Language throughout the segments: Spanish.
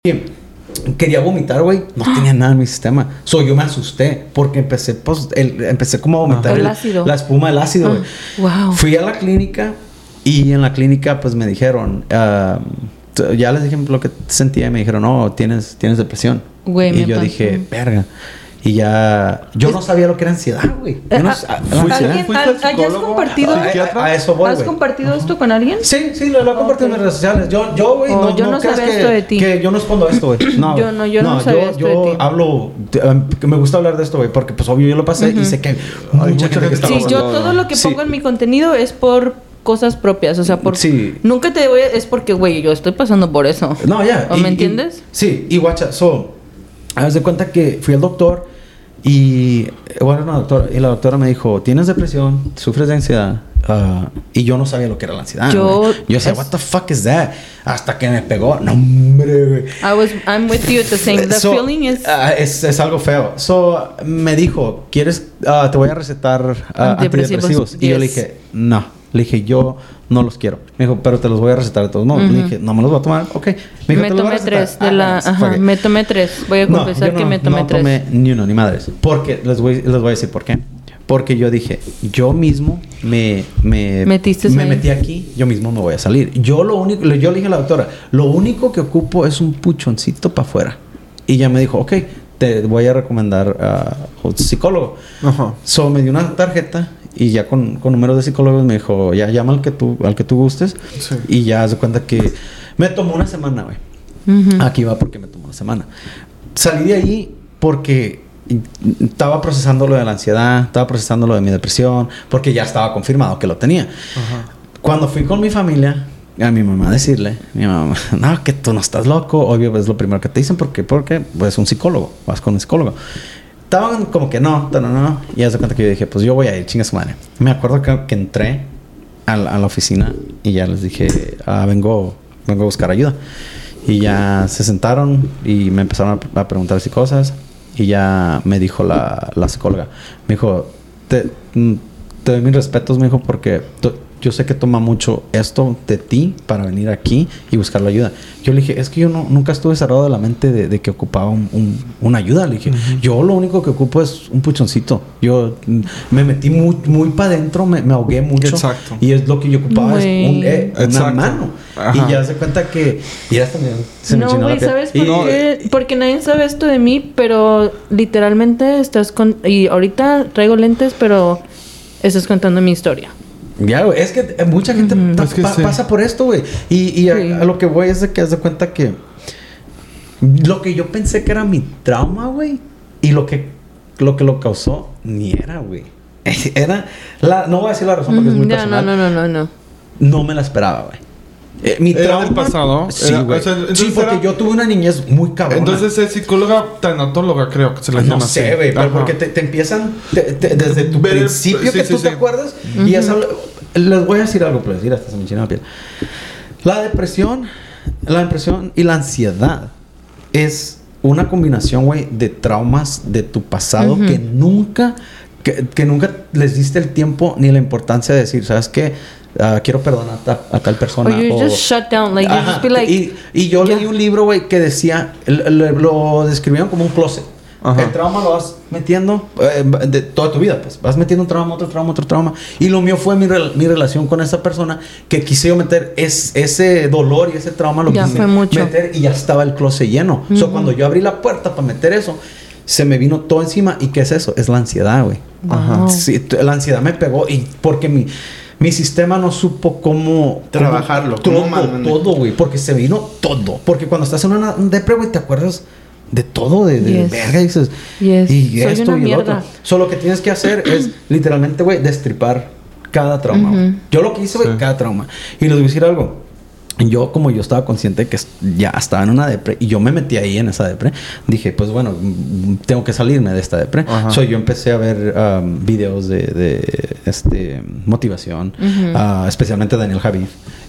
quería vomitar, güey. No tenía nada en mi sistema. Yo me asusté porque empecé como a vomitar el ácido. La espuma del ácido, güey. Wow. Fui a la clínica y en la clínica pues me dijeron, ya les dije lo que sentía y me dijeron, no, tienes depresión. Güey, y yo dije, verga. Y ya... Yo no sabía lo que era ansiedad, güey. ¿Hayas compartido... A eso voy, ¿Has compartido esto con alguien? Sí, lo he compartido en mis redes sociales. Yo, güey, no sabía esto de ti. Que yo no escundo esto, güey. No, yo no sabía esto de ti. Yo hablo... que me gusta hablar de esto, güey. Porque, pues, obvio, yo lo pasé y sé que hay mucha gente que está pasando. Sí, yo todo lo que pongo en mi contenido es por... cosas propias, o sea, nunca te voy a... Es porque, güey, yo estoy pasando por eso. No, ya. ¿O me entiendes? Sí, y guacha, haz de cuenta que fui al doctor y... Bueno, la doctora me dijo, tienes depresión, sufres de ansiedad. Y yo no sabía lo que era la ansiedad. Yo decía, what the fuck is that? Hasta que me pegó. No, hombre, güey. I'm with you at the same. The feeling is... es algo feo. Me dijo, ¿quieres... te voy a recetar antidepresivos? Y yo le dije, no. Le dije, yo no los quiero. Me dijo, pero te los voy a recetar de todos modos. Le dije, no me los voy a tomar. Ok. Me dijo, me tomé 3 de la... me tomé 3. Voy a confesar que me tomé 3. No tomé ni uno, ni madres. Porque, les voy a decir por qué. Porque yo dije, yo mismo me metí aquí, yo mismo me voy a salir. Yo le dije a la doctora, lo único que ocupo es un puchoncito para afuera. Y ella me dijo, ok, te voy a recomendar a un psicólogo. Ajá. Me dio una tarjeta y ya con números de psicólogos me dijo, ya llama al que tú gustes. Sí. Y ya se cuenta que me tomó una semana, güey. Uh-huh. Aquí va porque me tomó una semana. Salí de ahí porque estaba procesando lo de la ansiedad, estaba procesando lo de mi depresión, porque ya estaba confirmado que lo tenía. Uh-huh. Cuando fui con mi familia, a mi mamá a decirle, no, que tú no estás loco, obvio es lo primero que te dicen, porque pues un psicólogo, vas con un psicólogo. Estaban como que no. Y ya se cuenta que yo dije, pues yo voy a ir, chinga su madre. Me acuerdo que entré a la oficina y ya les dije, vengo a buscar ayuda. Y ya se sentaron y me empezaron a preguntar así cosas. Y ya me dijo la psicóloga, me dijo, te doy mis respetos, me dijo, porque yo sé que toma mucho esto de ti para venir aquí y buscar la ayuda. Yo le dije, es que yo nunca estuve cerrado de la mente de que ocupaba una ayuda. Le dije, uh-huh. Yo lo único que ocupo es un puchoncito. Yo me metí muy para adentro, me ahogué mucho. Exacto. Y es lo que yo ocupaba, es una mano. Ajá. Y ya se cuenta que... Y ya también se me enchinó la piel. ¿Sabes por qué? Porque nadie sabe esto de mí, pero literalmente estás con... Y ahorita traigo lentes, pero estás contando mi historia. Ya, güey, es que mucha gente pasa por esto, güey. Y a lo que voy es de que haz de cuenta que lo que yo pensé que era mi trauma, güey, y lo que lo causó, ni era, güey. No voy a decir la razón porque es muy personal. No. No me la esperaba, güey. Mi trauma... del pasado. Sí, güey. Sí, porque yo tuve una niñez muy cabrona. Entonces es psicóloga tanatóloga, creo que se la llama. No sé, güey, pero porque te empiezan desde tu principio que tú te acuerdas. Uh-huh. Y eso... Les voy a decir algo, pues, hasta se me enchinó la piel. La depresión y la ansiedad es una combinación, güey, de traumas de tu pasado, uh-huh. que nunca les diste el tiempo ni la importancia de decir, ¿sabes qué? Quiero perdonar a tal persona. Or you just shut down, like, you just be like... Y yo leí un libro, güey, que decía, lo describieron como un closet. Ajá. El trauma lo vas metiendo de toda tu vida, pues. Vas metiendo un trauma, otro trauma. Y lo mío fue mi relación con esa persona, que quise yo meter ese dolor y ese trauma, lo quise meter y ya estaba el closet lleno. Uh-huh. Cuando yo abrí la puerta para meter eso, se me vino todo encima. ¿Y qué es eso? Es la ansiedad, güey. Wow. Sí, la ansiedad me pegó y porque mi sistema no supo cómo trabajarlo. Todo, güey. Porque se vino todo. Porque cuando estás en una depre, güey, te acuerdas de todo, de verga, y dices, y soy esto y el otro. Lo que tienes que hacer es, literalmente, güey, destripar cada trauma. Uh-huh. Yo lo que hice, güey, cada trauma. Y les voy a decir algo. Yo estaba consciente que ya estaba en una depre y yo me metí ahí en esa depre, dije, pues bueno, tengo que salirme de esta depre. Uh-huh. Yo empecé a ver videos de motivación, uh-huh. Especialmente Daniel Javid.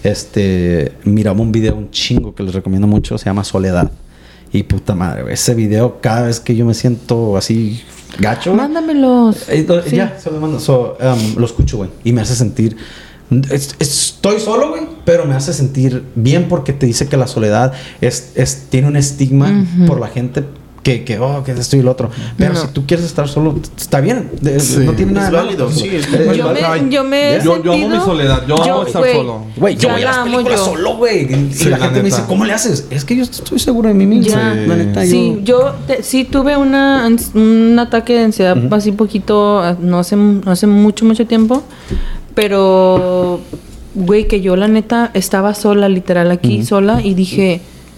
Miraba un video un chingo que les recomiendo mucho, se llama Soledad. Y puta madre, güey, ese video, cada vez que yo me siento así gacho... Mándamelos. Sí. Ya, se los mando. Lo escucho, güey. Y me hace sentir... Estoy solo, güey. pero me hace sentir bien porque te dice que la soledad tiene un estigma por la gente que esto y lo otro. Pero si tú quieres estar solo, está bien. No tiene nada. Es válido. Sí, yo amo mi soledad. Yo amo estar solo. Güey, yo voy a las películas solo, güey. Y la gente me dice, ¿cómo le haces? Es que yo estoy seguro de mí mismo. La neta, yo tuve un ataque de ansiedad así poquito, no hace mucho tiempo. Pero, güey, que yo la neta estaba sola, literal, aquí sola. Y dije,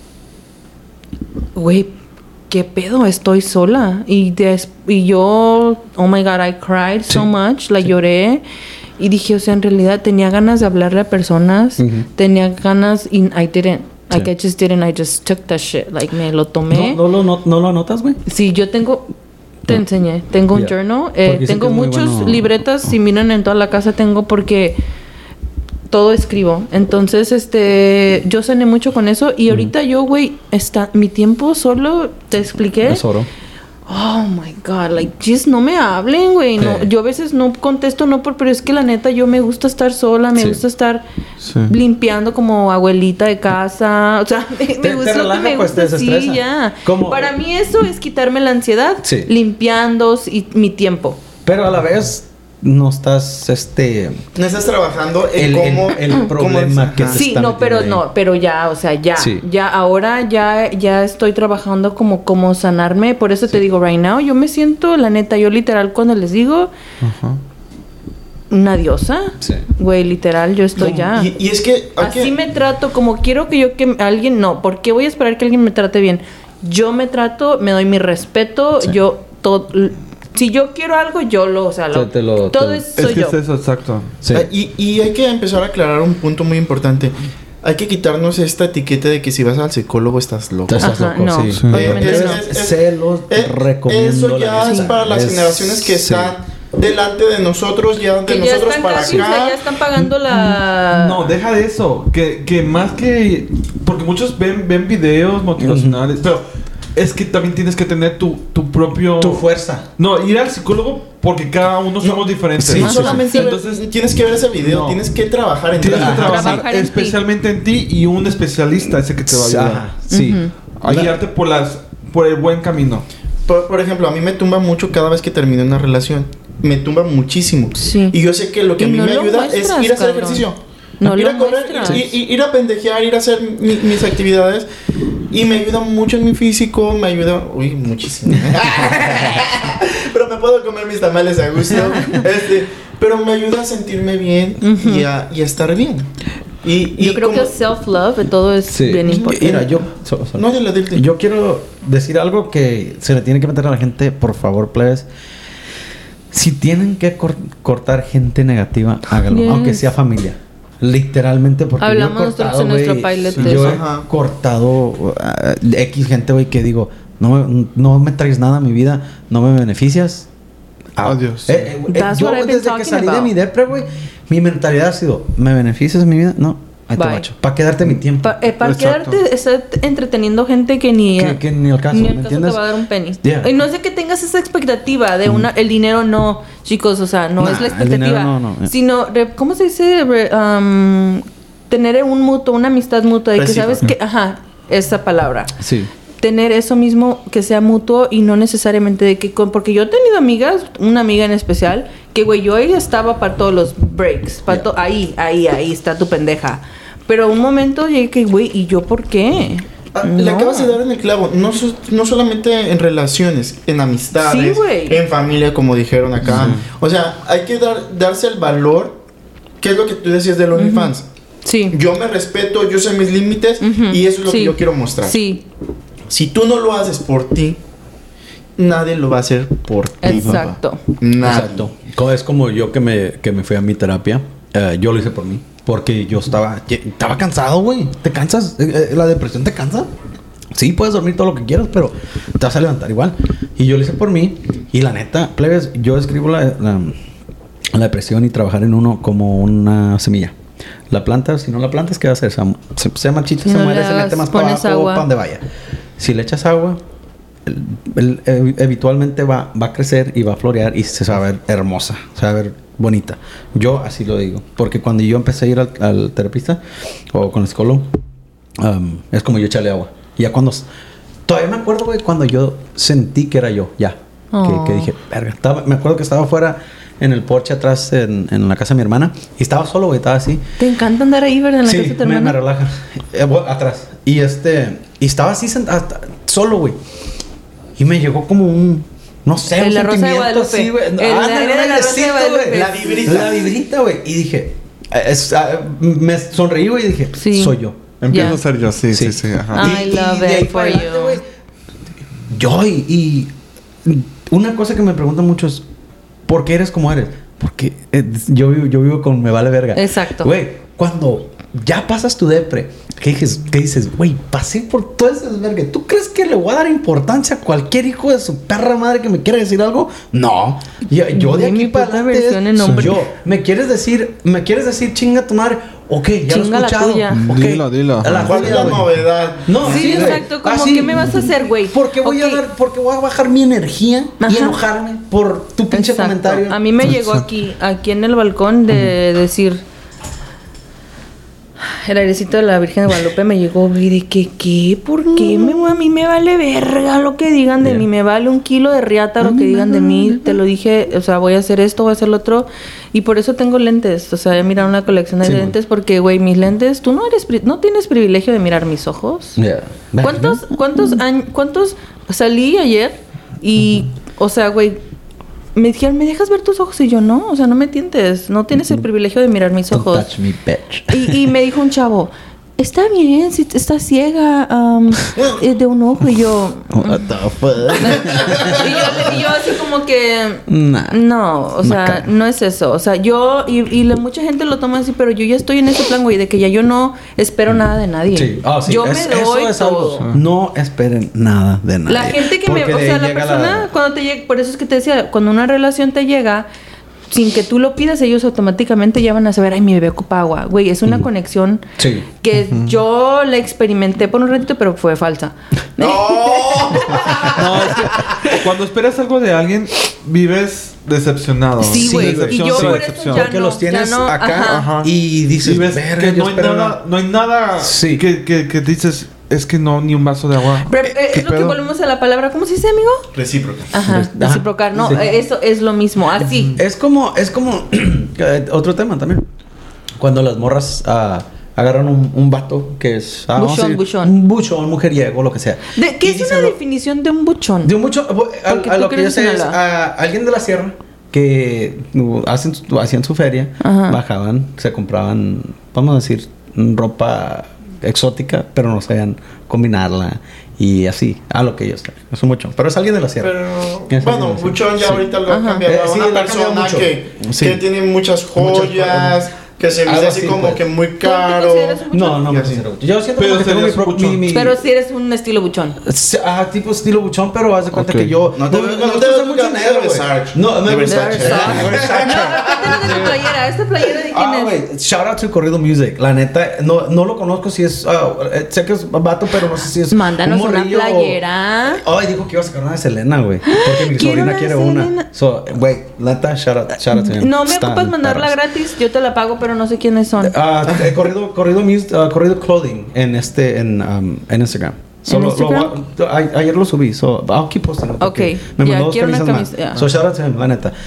güey, ¿qué pedo? Estoy sola. Y yo, oh my God, I cried so much. La lloré. Y dije, o sea, en realidad tenía ganas de hablarle a personas. Tenía ganas y I didn't. Like, I just didn't. I just took that shit. Like, me lo tomé. ¿No lo anotas, güey? Sí, yo tengo... Te enseñé. Tengo un journal. Tengo muchos libretas. Si miran en toda la casa tengo porque... todo escribo. Entonces, yo cené mucho con eso. Y ahorita yo, güey, mi tiempo solo, te expliqué. Es oro. Oh, my God. Like, just no me hablen, güey. No, yo a veces no contesto, pero es que la neta, yo me gusta estar sola. Me gusta estar limpiando como abuelita de casa. O sea, me gusta lo que me gusta. Sí, ya. Para mí eso es quitarme la ansiedad. Limpiando y mi tiempo. Pero a la vez... no estás no estás trabajando en cómo el problema que te sí, no, pero ya, o sea, ya ahora ya estoy trabajando como sanarme, por eso te digo right now, yo me siento la neta, yo literal cuando les digo una diosa, güey, literal, yo estoy ya. Y es que así me trato, como quiero que alguien, no, ¿por qué voy a esperar que alguien me trate bien? Yo me trato, me doy mi respeto, yo todo. Si yo quiero algo, yo lo... O sea, soy yo. Es eso, exacto. Sí. Y hay que empezar a aclarar un punto muy importante. Hay que quitarnos esta etiqueta de que si vas al psicólogo estás loco. Estás loco, no. Sí. Se los recomiendo. Eso ya es para las generaciones que están delante de nosotros, ya de nosotros para acá. O sea, ya están pagando la... No, deja de eso. Que más que... Porque muchos ven videos motivacionales, pero... Es que también tienes que tener tu propio... Tu fuerza. No, ir al psicólogo porque cada uno somos diferentes. Sí, no solamente entonces tienes que ver ese video, tienes que trabajar en ti. Tienes que trabajar especialmente en ti y un especialista ese que te va a ayudar. A guiarte por el buen camino. Por ejemplo, a mí me tumba mucho cada vez que termino una relación. Me tumba muchísimo. Sí. Y yo sé que lo que a mí me ayuda es ir a hacer ejercicio. Ir a correr, ir a pendejear, ir a hacer mis actividades. Y me ayuda mucho en mi físico, me ayuda... Uy, muchísimo. Pero me puedo comer mis tamales a gusto. Pero me ayuda a sentirme bien y a estar bien. Yo creo que self-love, todo es bien importante. Mira, yo quiero decir algo que se le tiene que meter a la gente, por favor, plebes. Si tienen que cortar gente negativa, háganlo, aunque sea familia. Literalmente, porque hablamos nosotros en nuestro pilot de yo he cortado X gente, güey, que digo, no me traes nada a mi vida, no me beneficias. Adiós. Yo desde que salí de mi depre, güey, mi mentalidad ha sido, ¿me beneficias en mi vida? No. Ahí te macho. Para quedarte mi tiempo. Para quedarte, estar entreteniendo gente que ni al caso, ni al caso te va a dar un penny. Y no sé que tengas esa expectativa de el dinero no, chicos, o sea, no es la expectativa. No. Sino, ¿cómo se dice? Tener un mutuo, una amistad mutua. Y que sabes que, esa palabra. Sí. Tener eso mismo que sea mutuo y no necesariamente de que... Porque yo he tenido amigas, una amiga en especial, que, güey, yo ahí estaba para todos los breaks. Ahí está tu pendeja. Pero un momento llegué que, güey, ¿y yo por qué? Le acabas de dar en el clavo. No solamente en relaciones, en amistades, en familia, como dijeron acá. O sea, hay que darse el valor. ¿Qué es lo que tú decías del OnlyFans? Sí. Yo me respeto, yo sé mis límites y eso es lo que yo quiero mostrar. Sí. Si tú no lo haces por ti, nadie lo va a hacer por ti. Exacto. Exacto. Es como yo que me fui a mi terapia. Yo lo hice por mí. Porque yo estaba cansado, güey. ¿Te cansas? ¿La depresión te cansa? Sí, puedes dormir todo lo que quieras, pero te vas a levantar igual. Y yo lo hice por mí. Y la neta, plebes, yo escribo la depresión y trabajar en uno como una semilla. La plantas, si no la plantas, ¿qué va a hacer? Se marchita, se muere, se mete más para abajo, para donde vaya. Si le echas agua, eventualmente va a crecer y va a florear y se va a ver hermosa. Se va a ver bonita. Yo así lo digo. Porque cuando yo empecé a ir al terapista o con el psicólogo, es como yo echarle agua. Y ya cuando... Todavía me acuerdo, güey, cuando yo sentí que era yo, ya. Que dije, verga. Me acuerdo que estaba afuera en el porche atrás en la casa de mi hermana. Y estaba solo, güey, estaba así. ¿Te encanta andar ahí, verdad? En la casa de tu hermana. Me relaja. Atrás. Y estaba así solo, güey. Y me llegó como un... No sé, un sentimiento así, güey. La vibrita, güey. Y dije... me sonreí, güey, y dije... Soy yo. Empiezo a ser yo, sí. Ajá. I love it for you. Yo y una cosa que me preguntan mucho es... ¿Por qué eres como eres? Porque yo vivo con me vale verga. Exacto. Güey, cuando ya pasas tu depre, ¿qué dices? Güey, pasé por todo ese desvergue. ¿Tú crees que le voy a dar importancia a cualquier hijo de su perra madre que me quiera decir algo? No. Yo de aquí para adelante yo. ¿Me quieres decir chinga tu madre? Ok, ya chinga lo he escuchado. Okay. Dilo. ¿Cuál es la novedad? No, sí, exacto. Como, ¿qué me vas a hacer, güey? Porque voy a bajar mi energía y enojarme por tu pinche comentario. A mí me llegó aquí en el balcón de decir... El airecito de la Virgen de Guadalupe me llegó y de que, ¿qué? ¿Por qué? A mí me vale verga lo que digan de mí. Me vale un kilo de riata lo que digan de mí. Te lo dije, o sea, voy a hacer esto, voy a hacer lo otro. Y por eso tengo lentes. O sea, he mirado una colección de lentes porque, güey, mis lentes... Tú no tienes privilegio de mirar mis ojos. ¿Cuántos salí ayer? Y, o sea, güey... Me dijeron, ¿me dejas ver tus ojos? Y yo, no, o sea, no me tientes. No tienes el privilegio de mirar mis ojos. Don't touch me, bitch. Y me dijo un chavo, está bien, si estás ciega de un ojo. Y yo... What the fuck? y yo así como que... No, o sea, no es eso. O sea, yo... mucha gente lo toma así, pero yo ya estoy en ese plan, güey, de que ya yo no espero nada de nadie. Sí. Sí. Yo me doy todo. No esperen nada de nadie. La gente que o sea, la persona cuando te llega... Por eso es que te decía, cuando una relación te llega... Sin que tú lo pidas, ellos automáticamente ya van a saber, ay, mi bebé ocupa agua. Güey, es una conexión que yo la experimenté por un ratito, pero fue falsa. No, es que cuando esperas algo de alguien, vives decepcionado. Sí, güey. Y yo por eso ya porque los tienes acá y dices, ves que no hay nada que dices... Es que no, ni un vaso de agua. Pero, es lo que volvemos a la palabra. ¿Cómo se dice, amigo? Recíproca. Ajá, reciprocar. No, eso es lo mismo. Así. Es como otro tema también. Cuando las morras agarran un vato que es... buchón. Un buchón, mujeriego, lo que sea. ¿Qué es una definición de un buchón? De un buchón... A lo que yo sé es alguien de la sierra que hacían su feria, bajaban, se compraban, vamos a decir, ropa... exótica, pero no sabían combinarla y así, a lo que ellos saben. Es un buchón, pero es alguien de la sierra. Pero, bueno, buchón ya ahorita lo ha cambiado a una persona que tiene muchas joyas, que se viste así como que muy caro. No me considero. Yo siento que tengo mi... Pero si eres un estilo buchón. Tipo estilo buchón, pero haz de cuenta que yo... No te gusta mucho negro, güey. No, de Versace. ¿Esta playera de quién es? Shout out to Corrido Music. La neta, no lo conozco si es... sé que es vato, pero no sé si es... Mándanos una playera. Ay, dijo que iba a sacar una de Selena, güey. Porque mi sobrina quiere una. So, güey, neta, shout out to him. No me ocupas mandarla gratis. Yo te la pago, pero no sé quiénes son. Corrido Clothing en Instagram. Ayer lo subí, so I'll keep posting. Okay. Me mandó dos camisas más. Yeah. So shout out to him, la neta.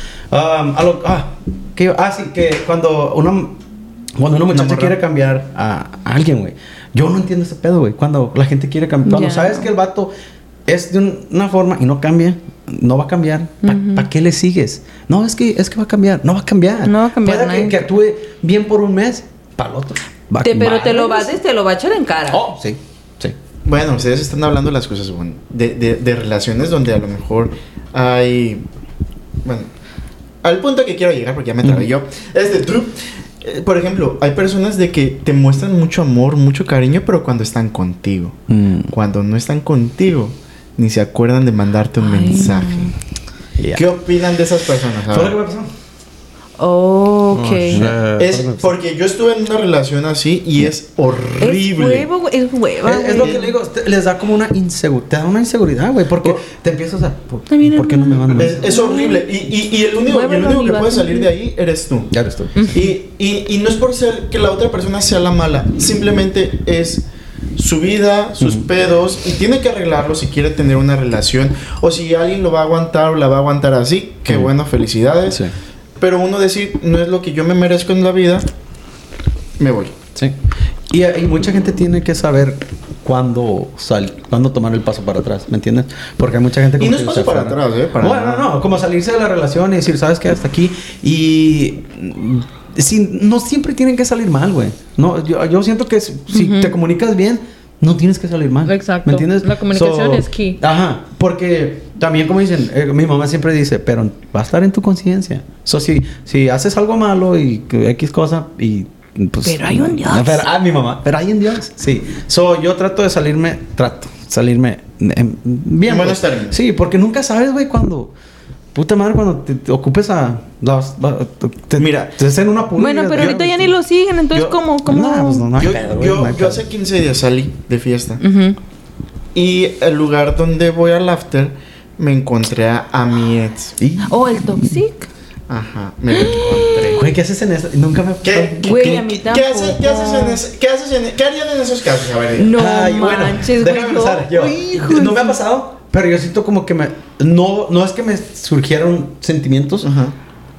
Sí, que cuando una muchacha quiere cambiar a alguien, güey. Yo no entiendo ese pedo, güey. Cuando la gente quiere cambiar, cuando sabes que el vato es de una forma y no cambia, no va a cambiar. ¿Para qué le sigues? No, es que va a cambiar. No va a cambiar. No va a cambiar. Puede que actúe bien por un mes, para el otro. Pero te lo va a echar en cara. Oh, sí. Bueno, ustedes están hablando de las cosas, bueno, de relaciones donde a lo mejor hay... Bueno, al punto que quiero llegar, porque ya me trabé yo. Por ejemplo, hay personas de que te muestran mucho amor, mucho cariño, pero cuando están contigo. Cuando no están contigo, ni se acuerdan de mandarte un mensaje. No. Yeah. ¿Qué opinan de esas personas? ¿Fue lo que me pasó? Oh, ok. Es porque yo estuve en una relación así y es horrible. Es hueva, es lo que le digo, les da como una inseguridad. Te da una inseguridad, güey, porque te empiezas a... ¿Por qué no me mandan? Es horrible. Y el único que puede salir de ahí eres tú. Ya eres tú. Y no es por ser que la otra persona sea la mala. Simplemente es su vida, sus pedos, y tiene que arreglarlo si quiere tener una relación. O si alguien lo va a aguantar o la va a aguantar así, qué bueno, felicidades. Sí. Pero uno decir, no es lo que yo me merezco en la vida, me voy. Sí. Y mucha gente tiene que saber cuándo tomar el paso para atrás, ¿me entiendes? Porque hay mucha gente... Y no es paso para atrás, no, como salirse de la relación y decir, ¿sabes qué? Hasta aquí. Y... no siempre tienen que salir mal, güey. No, yo siento que si te comunicas bien, no tienes que salir mal. Exacto. ¿Me entiendes? La comunicación es key. Ajá. Porque también, como dicen, mi mamá siempre dice, pero va a estar en tu conciencia. Si haces algo malo y X cosa y... Pues, pero hay un Dios. Mi mamá. Pero hay un Dios. Sí. Yo trato de salirme bien. Bueno, estar bien. Sí, porque nunca sabes, güey, cuando... Puta madre, cuando te ocupes mira, te hacen una pulga. Bueno, pero ahorita ya ni lo siguen, entonces ¿cómo? Yo hace 15 días salí de fiesta. Y el lugar donde voy al after, me encontré a mi ex. El toxic. Ajá, me lo encontré. Güey, ¿qué haces en eso? Nunca me... Güey, a mí tampoco. ¿Qué harían en esos casos? A ver, no manches, güey. Déjame pensar. No me ha pasado, pero yo siento como que no es que me surgieron sentimientos. Ajá.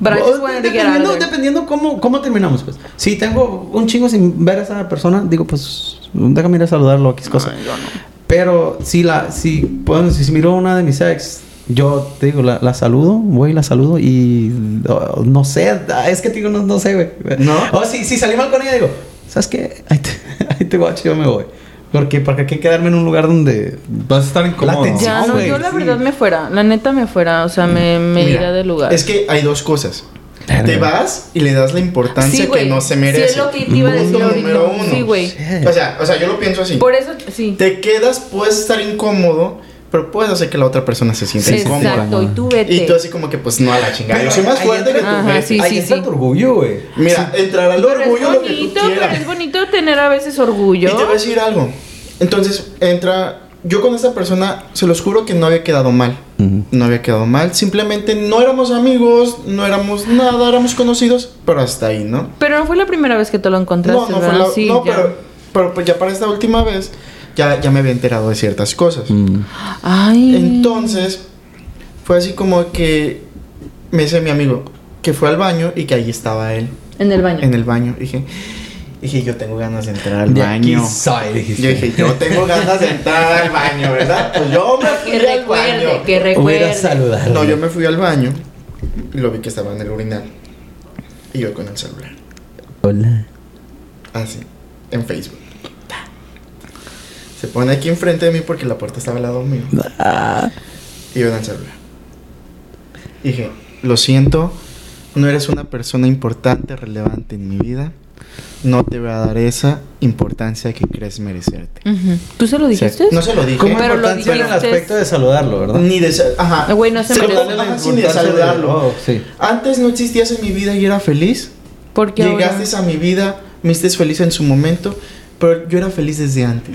Dependiendo cómo terminamos, pues. Si tengo un chingo sin ver a esa persona, digo, pues, déjame ir a saludarlo, X cosa. Yo no. Pero si miro a una de mis ex, yo te digo, la saludo, voy y la saludo y no sé, es que te digo, no sé, güey. ¿No? O si salí mal con ella, digo, ¿sabes qué? Ahí te voy, yo me voy. Porque hay que quedarme en un lugar donde vas a estar incómodo. Ya no, yo la verdad me fuera. La neta me fuera. O sea, me iría del lugar. Es que hay dos cosas. Te vas y le das la importancia que no se merece. Sí, es lo que te iba a decir número uno. Sí, güey. O sea, yo lo pienso así. Por eso, sí. Te quedas, puedes estar incómodo, pero puedes hacer que la otra persona se sienta incómoda. Exacto, y tú vete. Y tú así como que, pues, no a la chingada. Yo soy más fuerte que tú. Ahí está tu orgullo, güey. Mira, entrará el orgullo lo que tú quieras. Pero es bonito tener a veces orgullo. Y te voy a decir algo. Entonces, yo con esta persona, se los juro que no había quedado mal. No había quedado mal. Simplemente no éramos amigos, no éramos nada, éramos conocidos, pero hasta ahí, ¿no? Pero no fue la primera vez que te lo encontraste, no, ¿verdad? pero pues ya para esta última vez, ya me había enterado de ciertas cosas. Ay. Entonces, fue así como que me dice mi amigo que fue al baño y que ahí estaba él. ¿En el baño? En el baño. Dije, yo tengo ganas de entrar al baño. Yo dije, yo tengo ganas de entrar al baño, ¿verdad? Pues yo me fui al baño. Que recuerde. No, yo me fui al baño y lo vi que estaba en el urinal. Y yo con el celular. Hola. Así, en Facebook. Se pone aquí enfrente de mí porque la puerta estaba al lado mío. Y yo en el celular. Dije, lo siento, no eres una persona importante, relevante en mi vida. No te voy a dar esa importancia que crees merecerte. ¿Tú se lo dijiste? No se lo dije. Como importancia en el aspecto de saludarlo, ¿verdad? Ni de... Ajá. Güey, no se me ni de saludarlo. Sí. Antes no existías en mi vida y era feliz. Porque llegaste a mi vida, me hiciste feliz en su momento, pero yo era feliz desde antes.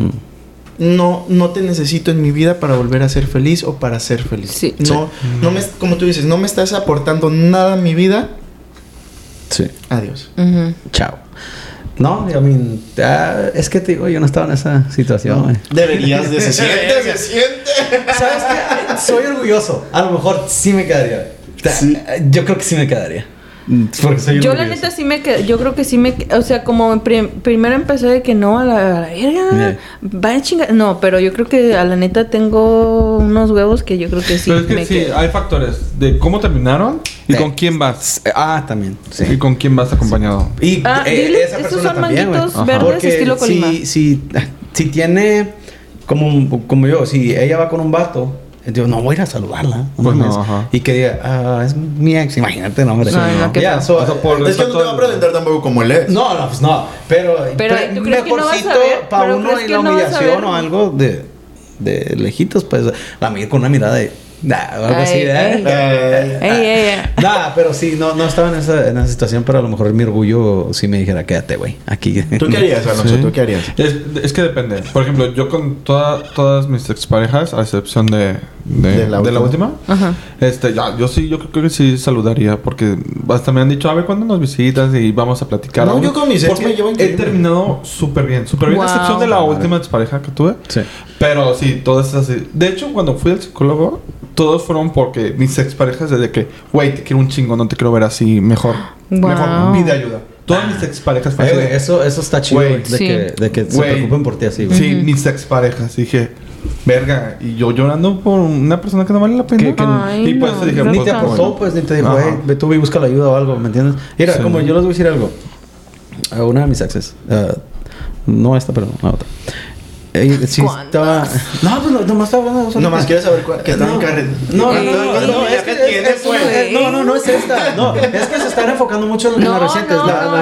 No te necesito en mi vida para volver a ser feliz o para ser feliz. Sí. No me, como tú dices, no me estás aportando nada a mi vida. Sí. Adiós. Chao. No, es que te digo, yo no estaba en esa situación, güey. Deberías de... Se siente. ¿Sabes qué? Soy orgulloso. A lo mejor sí me quedaría. Sí. Yo creo que sí me quedaría. Porque soy yo orgulloso. La neta sí me quedé. Yo creo que sí me... O sea, como primero empecé de que no, a la verga. Vaya chingada. No, pero yo creo que a la neta tengo unos huevos que yo creo que sí. Pero es que sí, hay factores de cómo terminaron y con quién vas. También. Sí. Y con quién vas acompañado. Y esa esos persona son también, manguitos verdes porque estilo Colima. Si tiene como yo, si ella va con un vato, yo no voy a ir a saludarla. Pues no, y que diga, es mi ex, imagínate, no, hombre. No, ya, es que no te va a presentar tampoco como él es. No, pues no. Pero ¿tú crees que no vas a ver? Para uno y la humillación o algo de lejitos, pues la con una mirada de Algo así, Nah, pero sí, no estaba en esa situación, pero a lo mejor mi orgullo sí me dijera, quédate, güey, aquí. ¿Tú qué harías, Alonso? ¿Tú qué harías? Es que depende. Por ejemplo, yo con todas mis exparejas, a excepción de la última, ajá. Yo creo que sí saludaría, porque hasta me han dicho, a ver, ¿cuándo nos visitas? Y vamos a platicar. No, yo con mis ex me llevo increíble. He terminado súper bien, Wow. a excepción de la última expareja que tuve. Sí. Pero sí, todo es así. De hecho, cuando fui al psicólogo, todos fueron porque mis exparejas desde que, güey, te quiero un chingo, no te quiero ver así, mejor pide ayuda. Todas mis exparejas fueron así. Eso está chido, güey, de que se preocupen por ti así, güey. Sí, mis exparejas. Dije, verga, y yo llorando por una persona que no vale la pena. Y pues dije, ni te aportó, pues, ni te dijo, ve tú y busca la ayuda o algo, ¿me entiendes? Mira, como yo les voy a decir algo. A una de mis exes, no esta, pero la otra. Sí estaba... No, pues nomás estaba hablando. Nomás quieres saber qué está en carrera. No, es esta. No, es que se están enfocando mucho en las recientes.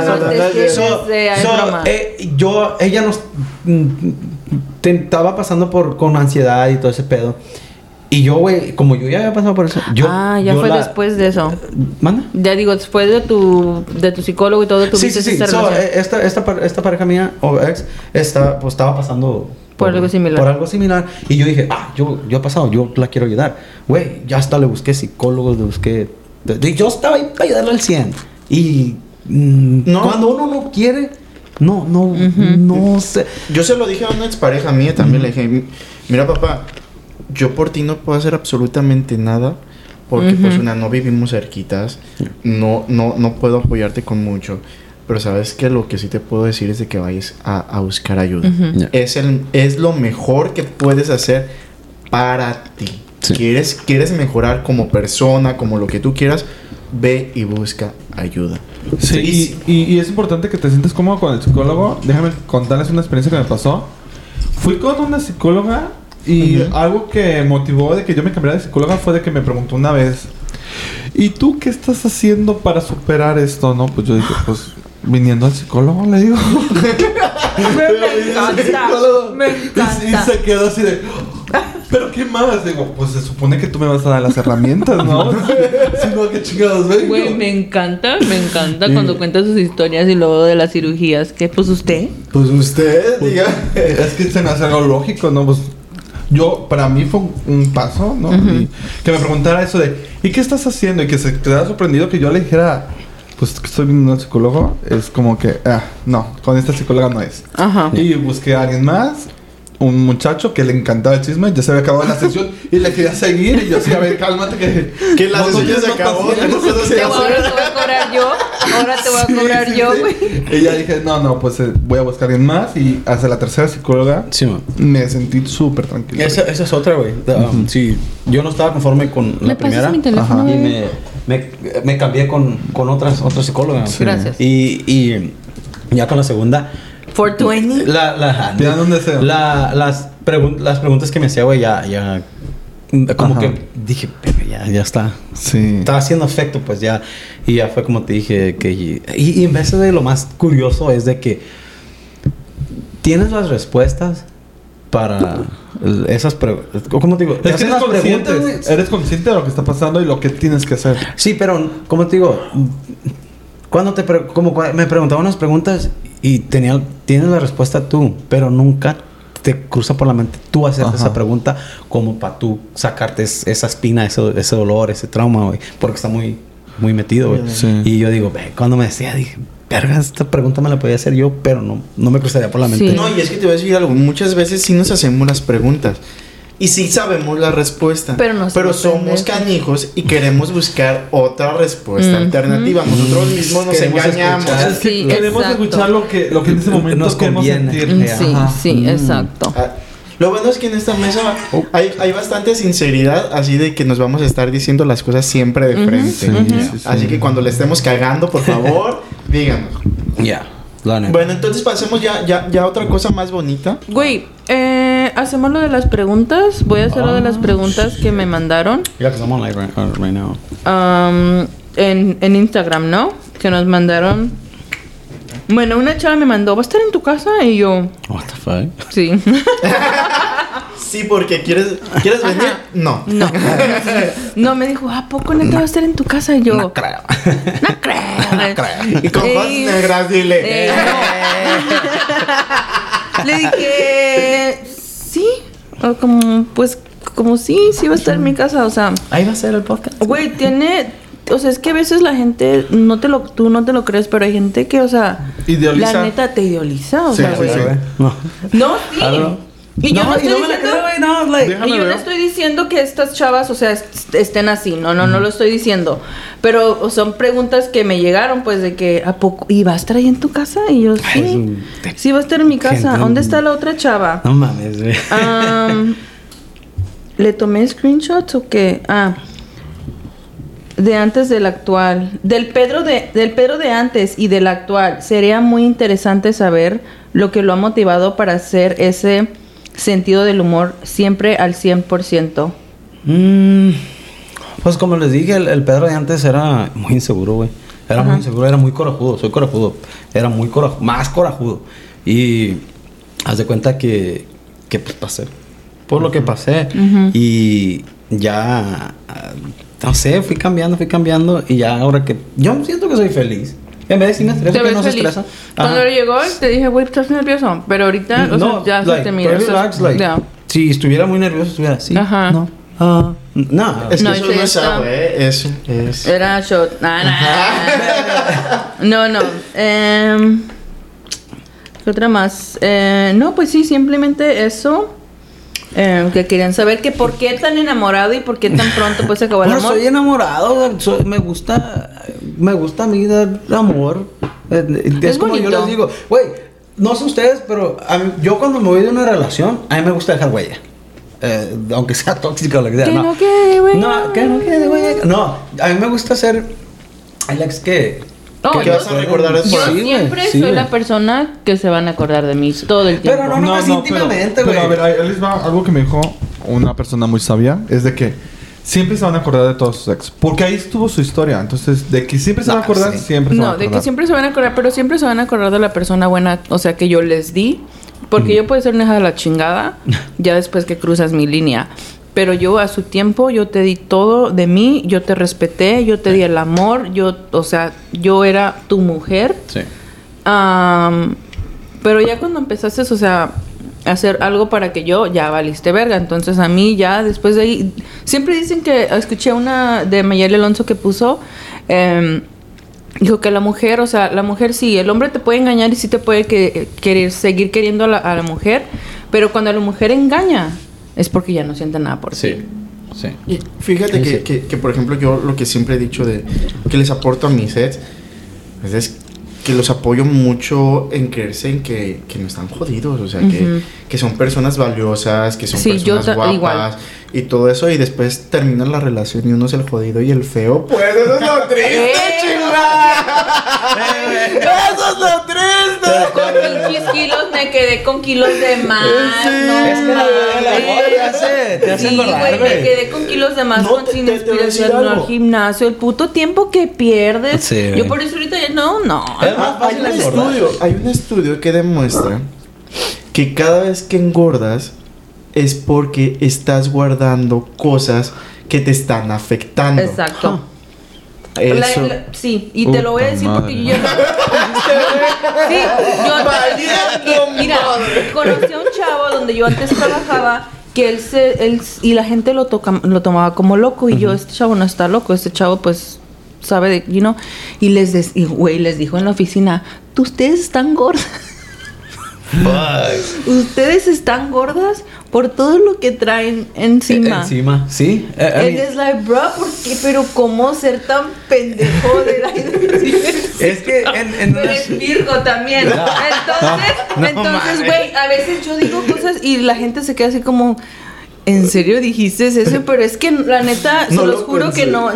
Ella nos estaba pasando con ansiedad y todo ese pedo. Y yo, güey, como yo ya había pasado por eso... ya fue después de eso. ¿Manda? Ya digo, después de tu psicólogo y todo, tuviste esa relación. Esta pareja mía, o ex, estaba pasando... Por algo similar. Por algo similar. Y yo dije, yo he pasado, yo la quiero ayudar. Güey, ya hasta le busqué psicólogos, le busqué... Yo estaba ahí para ayudarle al 100. Y... cuando uno no quiere... No sé. Yo se lo dije a una expareja mía también. Le dije, mira, papá... Yo por ti no puedo hacer absolutamente nada porque pues no vivimos cerquitas, no puedo apoyarte con mucho, pero sabes que lo que sí te puedo decir es de que vayas a buscar ayuda. Es lo mejor que puedes hacer para ti. Sí. ¿Quieres mejorar como persona, como lo que tú quieras? Ve y busca ayuda. Sí, y es importante que te sientes cómodo con el psicólogo. Déjame contarles una experiencia que me pasó. Fui con una psicóloga. Y algo que motivó de que yo me cambiara de psicóloga fue de que me preguntó una vez, ¿y tú qué estás haciendo para superar esto? No, pues yo dije, pues viniendo al psicólogo, le digo. Me encanta. Y se quedó así de, ¿pero qué más? Digo, pues se supone que tú me vas a dar las herramientas, ¿no? Si no, ¿qué chingados vengo? Güey, me encanta cuando cuenta sus historias y luego de las cirugías. ¿Qué? Pues usted, diga. Es que se me hace algo lógico, ¿no? Pues para mí fue un paso, ¿no? Y que me preguntara eso de, ¿y qué estás haciendo? Y que se quedara sorprendido que yo le dijera, pues que estoy viendo al psicólogo. Es como que, no, con esta psicóloga no es. Y busqué a alguien más, un muchacho que le encantaba el chisme, ya se había acabado la sesión y le quería seguir. Y yo así, a ver, cálmate que la sesión ya se acabó. Ahora te voy a cobrar yo. Ahora te voy a cobrar yo, güey. Y ya dije, no, pues voy a buscar a alguien más. Y hasta la tercera psicóloga me sentí súper tranquilo. Esa es otra, güey. Sí, yo no estaba conforme con la primera. Mi teléfono, y me cambié con otra psicóloga. Sí. Gracias. Y ya con la segunda... 420. Las preguntas que me hacía, güey, ya como que dije, pero ya está. Sí. Estaba haciendo efecto, pues ya. Y ya fue como te dije que... Y en vez de lo más curioso es de que tienes las respuestas para esas preguntas. ¿Cómo te digo? Es que eres consciente de lo que está pasando y lo que tienes que hacer. Sí, pero como te digo, cuando me preguntaban unas preguntas y tienes la respuesta tú, pero nunca te cruza por la mente tú hacer esa pregunta como para tú sacarte esa espina, ese dolor, ese trauma, güey, porque está muy, muy metido, güey. Sí. Y yo digo, cuando me decía, dije, verga, esta pregunta me la podía hacer yo, pero no me cruzaría por la mente. Sí. No, y es que te voy a decir algo, muchas veces sí nos hacemos las preguntas y sí sabemos la respuesta, pero somos canijos y queremos buscar otra respuesta alternativa. Nosotros mismos nos engañamos. Sí, queremos escuchar lo que en ese momento nos conviene. Sí, exacto. Lo bueno es que en esta mesa hay bastante sinceridad, así de que nos vamos a estar diciendo las cosas siempre de frente. Así que cuando le estemos cagando, por favor, díganos. Bueno, entonces pasemos ya a otra cosa más bonita. Güey, hacemos lo de las preguntas. Voy a hacer lo de las preguntas que me mandaron. Yeah, because I'm on live right now. En Instagram, ¿no? Que nos mandaron. Bueno, una chava me mandó, ¿va a estar en tu casa? Y yo... What the fuck? Sí. Sí, porque ¿quieres venir? No. No, me dijo, ¿a poco neta va a estar en tu casa? Y yo, No creo. No creo. Y con cosas negras, dile. Le dije, sí. O como sí va a estar en mi casa. O sea, ahí va a ser el podcast. Güey, o sea, es que a veces la gente tú no te lo crees, pero hay gente que, o sea, idealiza. La neta te idealiza, o sea, güey. Sí. No, sí. Y yo no estoy diciendo, y yo no estoy diciendo que estas chavas, o sea, estén así, no lo estoy diciendo. Pero son preguntas que me llegaron, pues, de que, ¿a poco? ¿Y va a estar ahí en tu casa? Y yo, sí va a estar en mi casa. ¿Dónde está la otra chava? No mames, güey. ¿Le tomé screenshots o qué? De antes del actual. Del Pedro de antes y del actual. Sería muy interesante saber lo que lo ha motivado para hacer ese sentido del humor siempre al 100%. Pues como les dije, el Pedro de antes era muy inseguro, güey. Era muy inseguro, era muy corajudo. Soy corajudo. Era muy corajudo, más corajudo. Y haz de cuenta que pues pasé por lo que pasé. Y ya... no sé, fui cambiando y ya ahora que... Yo siento que soy feliz. En vez de si me estreso, que no se estresa. Cuando llegó, te dije, güey, ¿estás nervioso? Pero ahorita, no, ya se te mira. Si estuviera muy nervioso, estuviera así. Ajá. No. No. Es que eso no es agua, es... Era shot. No. ¿Qué otra más? No, pues sí, simplemente eso... que querían saber que por qué tan enamorado y por qué tan pronto pues se acabó el amor. No soy enamorado, me gusta a mí dar amor. Es como bonito. yo les digo, güey, no sé ustedes, pero yo cuando me voy de una relación, a mí me gusta dejar huella. Aunque sea tóxica o lo que sea. Que no quede huella. No, que no quede huella. No, a mí me gusta ser Alex que vas a recordar yo siempre soy la persona que se van a acordar de mí todo el tiempo. Pero no íntimamente, güey. Pero a ver, ahí les va algo que me dijo una persona muy sabia. Es de que siempre se van a acordar de todos sus ex. Porque ahí estuvo su historia. Entonces, de que siempre se van a acordar, siempre se van a acordar. No, de que siempre se van a acordar. Pero siempre se van a acordar de la persona buena. O sea, que yo les di. Porque yo puedo ser una hija de la chingada. Ya después que cruzas mi línea. Pero yo a su tiempo, yo te di todo de mí, yo te respeté, yo te di el amor, yo era tu mujer. Sí. Pero ya cuando empezaste, o sea, a hacer algo para que ya valiste verga. Entonces a mí ya después de ahí, siempre dicen que, escuché una de Mayeli Alonso que puso, dijo que la mujer sí, el hombre te puede engañar y sí te puede querer seguir queriendo a la mujer, pero cuando la mujer engaña, es porque ya no siente nada por ti. Sí. Y fíjate que, por ejemplo, yo lo que siempre he dicho que les aporto a mis sets es que los apoyo mucho en creerse en que no están jodidos. O sea, que son personas valiosas, que son personas guapas. Igual. Y todo eso. Y después termina la relación y uno es el jodido y el feo. Pues eso es lo triste, chingada. Eso es lo triste. Con pinches kilos me quedé con kilos de más. Sí. No, es que te hace acordar, güey. Me quedé con kilos de más sin inspiración al gimnasio. El puto tiempo que pierdes. Sí, yo por eso ahorita ya no. Hay un estudio que demuestra que cada vez que engordas es porque estás guardando cosas que te están afectando. Exacto. Eso. Sí, y te lo voy a decir porque yo mira, conocí a un chavo donde yo antes trabajaba que él y la gente lo tomaba como loco y yo, este chavo no está loco, este chavo pues sabe de, y les dijo en la oficina, ustedes están gordas. Ustedes están gordas por todo lo que traen encima. Sí. Él es like, bro, ¿por qué? Pero ¿cómo ser tan pendejo de la Es que pero es Virgo también. Entonces, güey, a veces yo digo cosas y la gente se queda así como, ¿en serio dijiste eso? Pero es que la neta, se los juro que no,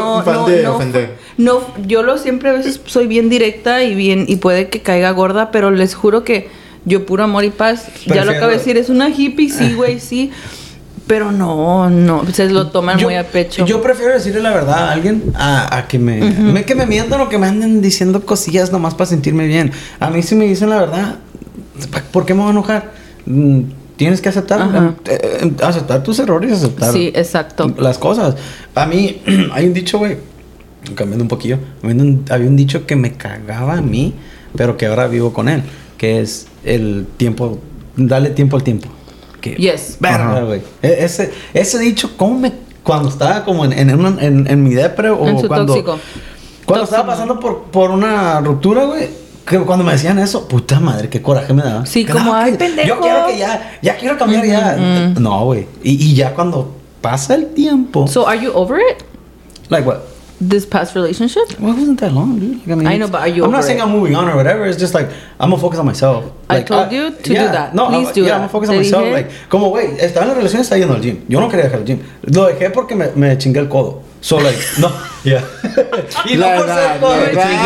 yo siempre a veces soy bien directa y puede que caiga gorda, pero les juro que yo puro amor y paz. Ya lo acabo de decir, es una hippie, sí, güey, sí. Pero no, se lo toman muy a pecho. Yo prefiero decirle la verdad a alguien a que que me mientan o que me anden diciendo cosillas nomás para sentirme bien. A mí si me dicen la verdad, ¿por qué me voy a enojar? tienes que aceptar tus errores y aceptar sí, exacto. las cosas. A mí, hay un dicho, güey, cambiando un poquillo, había un dicho que me cagaba a mí, pero que ahora vivo con él, que es el tiempo, dale tiempo al tiempo. Que, verga, güey. Ese dicho, cuando estaba como en mi depre o en su cuando... tóxico. Cuando estaba pasando por una ruptura, güey, que cuando me decían eso, puta madre, qué coraje me daba. Sí, como, ay, pendejo. Yo quiero que ya quiero cambiar ya. No, güey. Y ya cuando pasa el tiempo. So, are you over it? Like what? This past relationship? Well, it wasn't that long, dude. I know, but are you I'm over not saying it? I'm moving on or whatever. It's just like, I'm gonna focus on myself. I told you to do that. No, please do that. I'm gonna focus on myself. Like, como, güey, estaba en la relación, estaba yendo al gym. Yo no quería dejar el gym. Lo dejé porque me chingué el codo. So, like, no. Yeah. Y no por ser codo.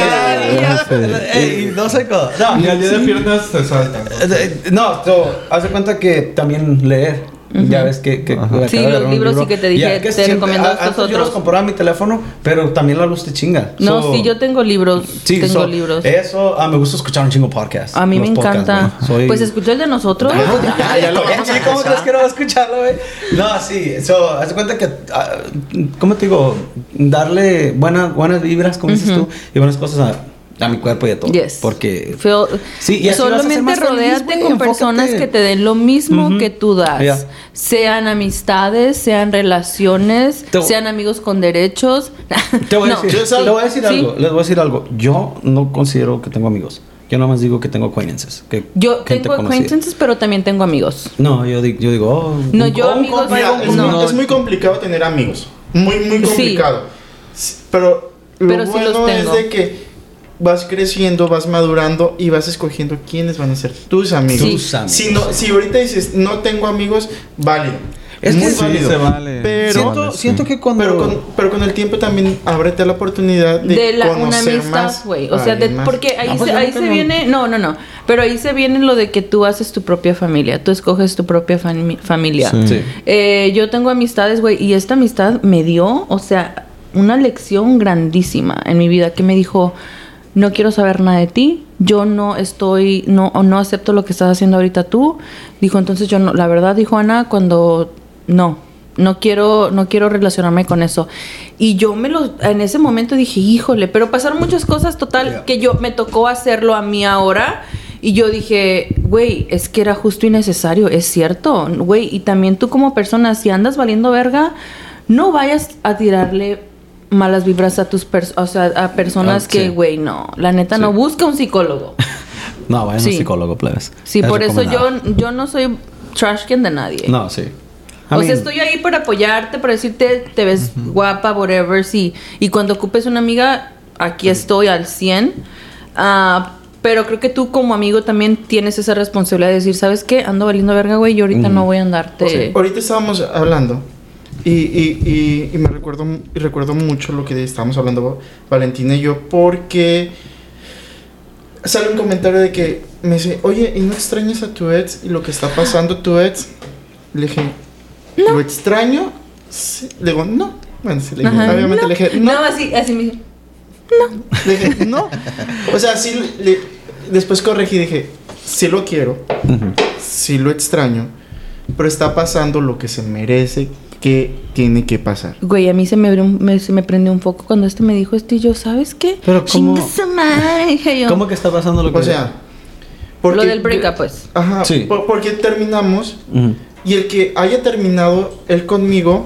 Y no soy codo. No. Y al día de piernas te saltan. No, haz de cuenta que también leer. Ya ves que sí, los libros sí que te dije, te recomiendo estos otros. Yo los compraba en mi teléfono, pero también la luz te chinga. No, sí, yo tengo libros. Sí, tengo libros. Eso, me gusta escuchar un chingo podcast. A mí me encanta. Pues escuché el de nosotros. Ya lo sí, ¿cómo crees que no va a escucharlo, güey? No, sí. Haz de cuenta que, ¿cómo te digo? Darle buenas vibras, como dices tú, y buenas cosas a mi cuerpo y a todo. Yes. Porque... sí, y solamente rodéate con personas que te den lo mismo que tú das. Yeah. Sean amistades, sean relaciones, sean amigos con derechos. Te voy a decir algo. Les voy a decir algo. Yo no considero que tengo amigos. Yo nomás digo que tengo acquaintances. Yo tengo acquaintances, pero también tengo amigos. No, yo digo... amigos... Es muy complicado tener amigos. Muy, muy complicado. Sí. Pero lo bueno es de que vas creciendo, vas madurando y vas escogiendo quiénes van a ser tus amigos. Sí. Si ahorita dices, no tengo amigos, válido. Es muy válido. Se vale. Pero siento que cuando... Pero con el tiempo también ábrete la oportunidad de conocer una amistad, güey. O sea, porque ahí se viene... No. Pero ahí se viene lo de que tú haces tu propia familia. Tú escoges tu propia familia. Sí. Yo tengo amistades, güey, y esta amistad me dio, o sea, una lección grandísima en mi vida que me dijo... No quiero saber nada de ti. Yo no acepto lo que estás haciendo ahorita tú. Dijo, entonces yo no, la verdad, dijo Ana, cuando no quiero relacionarme con eso. Y yo en ese momento dije, híjole, pero pasaron muchas cosas que me tocó hacerlo a mí ahora. Y yo dije, güey, es que era justo y necesario, es cierto, güey. Y también tú como persona, si andas valiendo verga, no vayas a tirarle malas vibras a a personas que, güey, no. La neta, no. Busca un psicólogo. No, vaya a un psicólogo, plebes. Sí, por eso yo no soy trash can de nadie. No, sí. O sea, estoy ahí para apoyarte, para decirte, te ves guapa, whatever, sí. Y cuando ocupes una amiga, aquí estoy al 100. Pero creo que tú como amigo también tienes esa responsabilidad de decir, ¿sabes qué? Ando valiendo verga, güey, y ahorita no voy a andarte... Sí. Ahorita estábamos hablando... Y me recuerdo mucho lo que estábamos hablando Valentina y yo, porque sale un comentario de que me dice, oye, ¿y no extrañas a tu ex y lo que está pasando tu ex? Le dije, ¿lo extraño? Sí. Le digo, no. Bueno, sí, le dije, obviamente le dije, no. No, así me dijo, no. Le dije, no. O sea, sí, después corregí y dije, sí lo quiero, sí lo extraño, pero está pasando lo que se merece, que tiene que pasar. Güey, a mí se me prendió un foco cuando me dijo esto y yo, ¿sabes qué? Pero ¿cómo? Chinga su madre, dije yo. ¿Cómo que está pasando lo que... O sea... Lo del breakup, pues. Ajá, sí. Porque terminamos y el que haya terminado él conmigo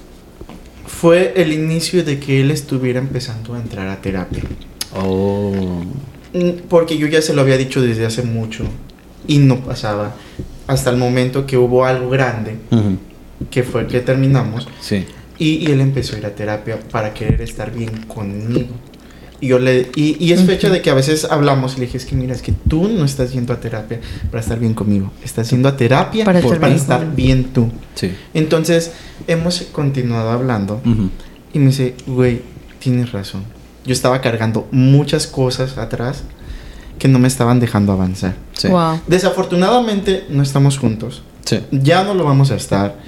fue el inicio de que él estuviera empezando a entrar a terapia. Oh. Porque yo ya se lo había dicho desde hace mucho y no pasaba hasta el momento que hubo algo grande. Que fue que terminamos. Sí. Y él empezó a ir a terapia para querer estar bien conmigo. Y yo y es fecha de que a veces hablamos y le dije, es que mira, es que tú no estás yendo a terapia para estar bien conmigo. Estás yendo a terapia para estar bien tú. Sí. Entonces, hemos continuado hablando y me dice, güey, tienes razón. Yo estaba cargando muchas cosas atrás que no me estaban dejando avanzar. Sí. Wow. Desafortunadamente, no estamos juntos. Sí. Ya no lo vamos a estar.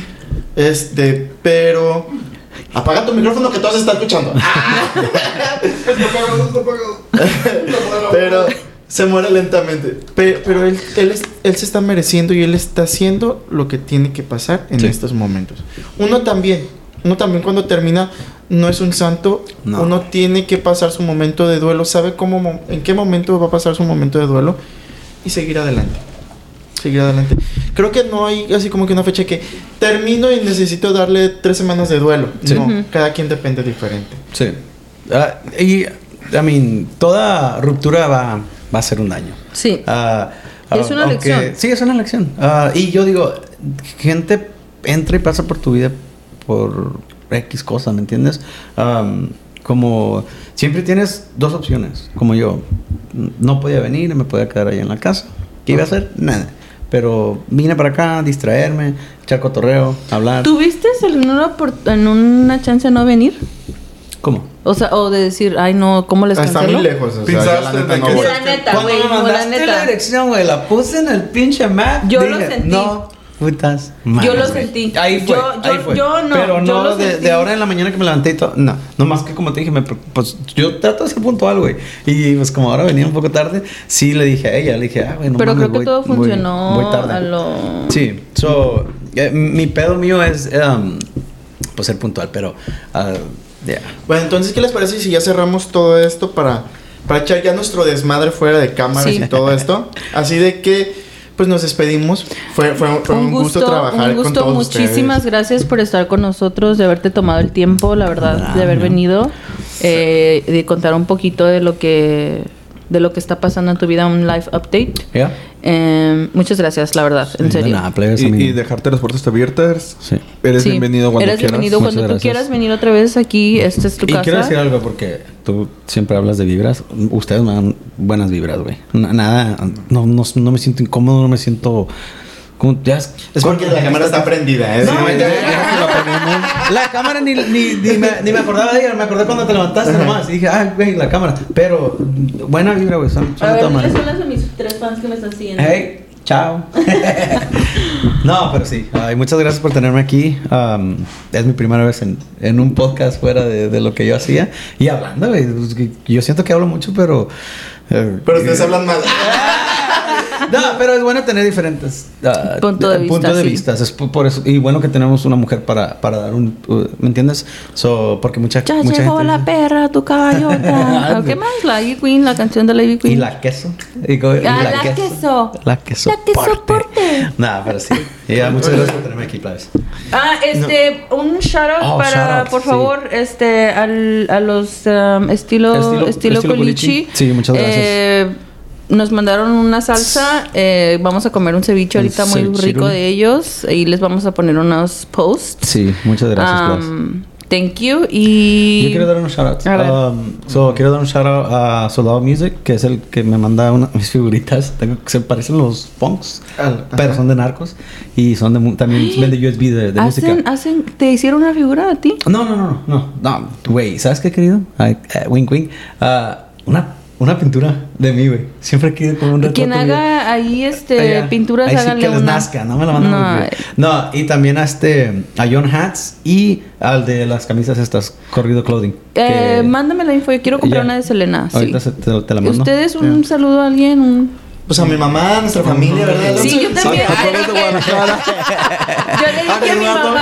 Pero... Apaga tu micrófono que todos están escuchando. Se muere lentamente. Pero él se está mereciendo y él está haciendo lo que tiene que pasar en estos momentos. Uno también cuando termina no es un santo. No. Uno tiene que pasar su momento de duelo. Sabe en qué momento va a pasar su momento de duelo y seguir adelante. Creo que no hay así como que una fecha que termino y necesito darle 3 semanas de duelo. Sí. No, cada quien depende diferente. Sí. Y toda ruptura va a ser un daño. Sí. Es una lección. Sí, es una lección. Y yo digo, gente entra y pasa por tu vida por X cosa, ¿me entiendes? Como siempre tienes 2 opciones. Como yo, no podía venir, me podía quedar ahí en la casa. ¿Qué iba a hacer? Nada. Pero vine para acá a distraerme, echar cotorreo, hablar. ¿Tuviste en una chance de no venir? ¿Cómo? O sea, o de decir, ay no, ¿cómo les cancelo? Está muy lejos. O sea, la neta, güey. Cuando me mandaste la dirección, güey, la puse en el pinche map. Yo lo sentí. No, putas madres, yo lo sentí. Ahí fue. Yo no. Pero no de ahora en la mañana que me levanté y todo. No más que como te dije, pues yo trato de ser puntual, güey. Y pues como ahora venía un poco tarde, sí le dije a ella, güey, no. Pero creo que todo funcionó voy tarde. Sí. Mi pedo mío es pues ser puntual, pero yeah. Bueno, entonces, ¿qué les parece si ya cerramos todo esto para echar ya nuestro desmadre fuera de cámaras y todo esto? Así de que pues nos despedimos. Fue un gusto trabajar con todos muchísimas ustedes. Gracias por estar con nosotros, de haberte tomado el tiempo, la verdad, de haber venido, de contar un poquito de lo que está pasando en tu vida, un live update. Yeah. Muchas gracias, la verdad, en serio. Y dejarte las puertas abiertas. Sí. Eres bienvenido cuando quieras. Bienvenido cuando tú quieras venir otra vez aquí. Esta es tu casa. Y quiero decir algo porque tú siempre hablas de vibras. Ustedes me dan buenas vibras, güey. Nada, no me siento incómodo, no me siento... Es porque la cámara está prendida, ¿eh? No, la cámara ni me acordaba de ella. Me acordé cuando te levantaste nomás. Y dije, güey, la cámara. Pero buena vibra, güey. Son a mis 3 fans que me están siguiendo. Hey, chao. No, pero sí. Muchas gracias por tenerme aquí. Es mi primera vez en un podcast fuera de lo que yo hacía. Y hablando, güey. Yo siento que hablo mucho, pero ustedes hablan más. No, pero es bueno tener diferentes puntos de vista. Es por eso. Y bueno que tenemos una mujer para dar un... ¿me entiendes? Porque mucha llegó gente... la perra, tu caballota. ¿Qué más? La Ivy Queen, la canción de la Ivy Queen. Y la queso. La queso. La queso porte. Nada, pero sí. Muchas gracias por tenerme aquí, Plaves. Un shout out por favor, a los estilo Colichi. Sí, muchas gracias. Nos mandaron una salsa. Vamos a comer un ceviche ahorita muy rico de ellos. Y les vamos a poner unos posts. Sí, muchas gracias. Thank you. Y yo quiero dar unos shoutouts. Quiero dar un shoutout a Soldado Music, que es el que me manda mis figuritas. Se parecen los punks, pero son de narcos. Y son también vende USB de música. ¿Te hicieron una figura a ti? No. Güey, ¿sabes qué, querido? Wink, wink. Una pintura de mí, güey. Siempre quiero como un retrato. Quien haga ahí pinturas, háganle que les nazca, no me la mandan. No, y también a John Hats y al de las camisas estas, Corrido Clothing. Mándame la info, yo quiero comprar una de Selena. Ahorita te la mando. ¿Ustedes un saludo a alguien? Pues a mi mamá, a nuestra familia, ¿verdad? Sí, yo también. Yo le dije a mi mamá,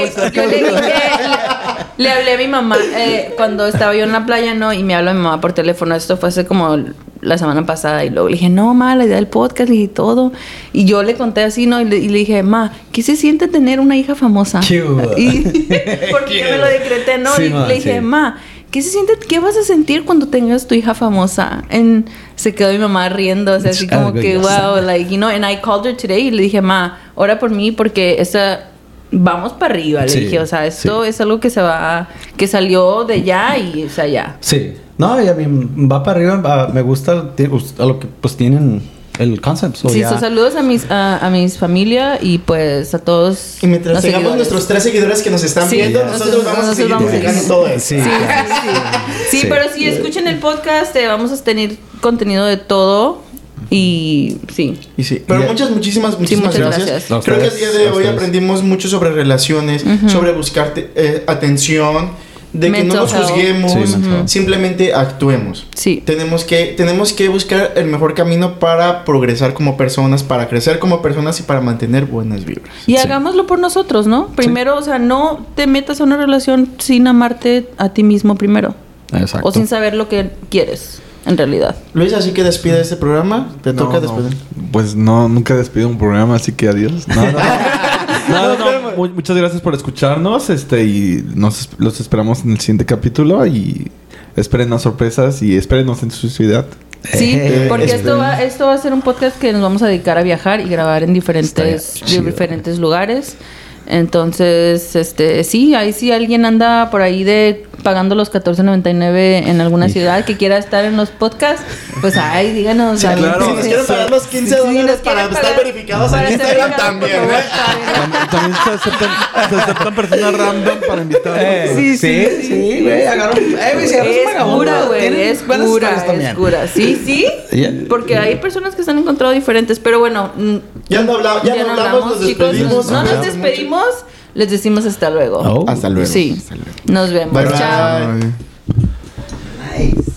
le hablé a mi mamá cuando estaba yo en la playa, ¿no? Y me habló mi mamá por teléfono. Esto fue hace como la semana pasada. Y luego le dije, no, ma, la idea del podcast y todo. Y yo le conté así, ¿no? Y le dije, ma, ¿qué se siente tener una hija famosa? Porque me lo decreté, ¿no? Sí, y le dije, ma, ¿qué se siente? ¿Qué vas a sentir cuando tengas tu hija famosa? Se quedó mi mamá riendo, o sea, así como que, wow, like, you know, and I called her today y le dije, ma, ora por mí porque vamos para arriba, le dije, o sea, esto es algo que salió de ya y, o sea, ya. Sí. No, y a mí va para arriba, me gusta a lo que pues tienen el concept. Sí, saludos a mis familia y pues a todos. Y mientras tengamos nuestros 3 seguidores que nos están viendo, nosotros vamos a seguir publicando todo eso. Sí, pero si escuchen el podcast, vamos a tener contenido de todo. Y sí. Pero muchísimas gracias. Creo que el día de hoy aprendimos mucho sobre relaciones, sobre buscar atención. de que no nos juzguemos, simplemente actuemos. Sí. Tenemos que buscar el mejor camino para progresar como personas, para crecer como personas y para mantener buenas vibras. Y hagámoslo por nosotros, ¿no? Primero, o sea, no te metas a una relación sin amarte a ti mismo primero. Exacto. O sin saber lo que quieres, en realidad. Luis, así que despide este programa. Te toca despedir. Pues no, nunca despido un programa, así que adiós. Muchas gracias por escucharnos. Y los esperamos en el siguiente capítulo. Y esperen las sorpresas y espérenos en su ciudad. Sí, porque esto va a ser un podcast que nos vamos a dedicar a viajar y grabar en diferentes lugares. Entonces, sí, ahí sí alguien anda por ahí pagando los $14.99 en alguna ciudad que quiera estar en los podcasts, pues ahí díganos. Sí, claro. Si nos quieren pagar los $15 para estar verificados en Instagram también. También se aceptan personas random para invitar. Sí, güey. Es cura, güey. Es cura. Sí. Porque hay personas que se han encontrado diferentes, pero bueno. Ya no hablamos, nos despedimos. No nos despedimos. Les decimos hasta luego. Hasta luego. Sí. Hasta luego. Nos vemos. Bye, Chao. Bye. Nice.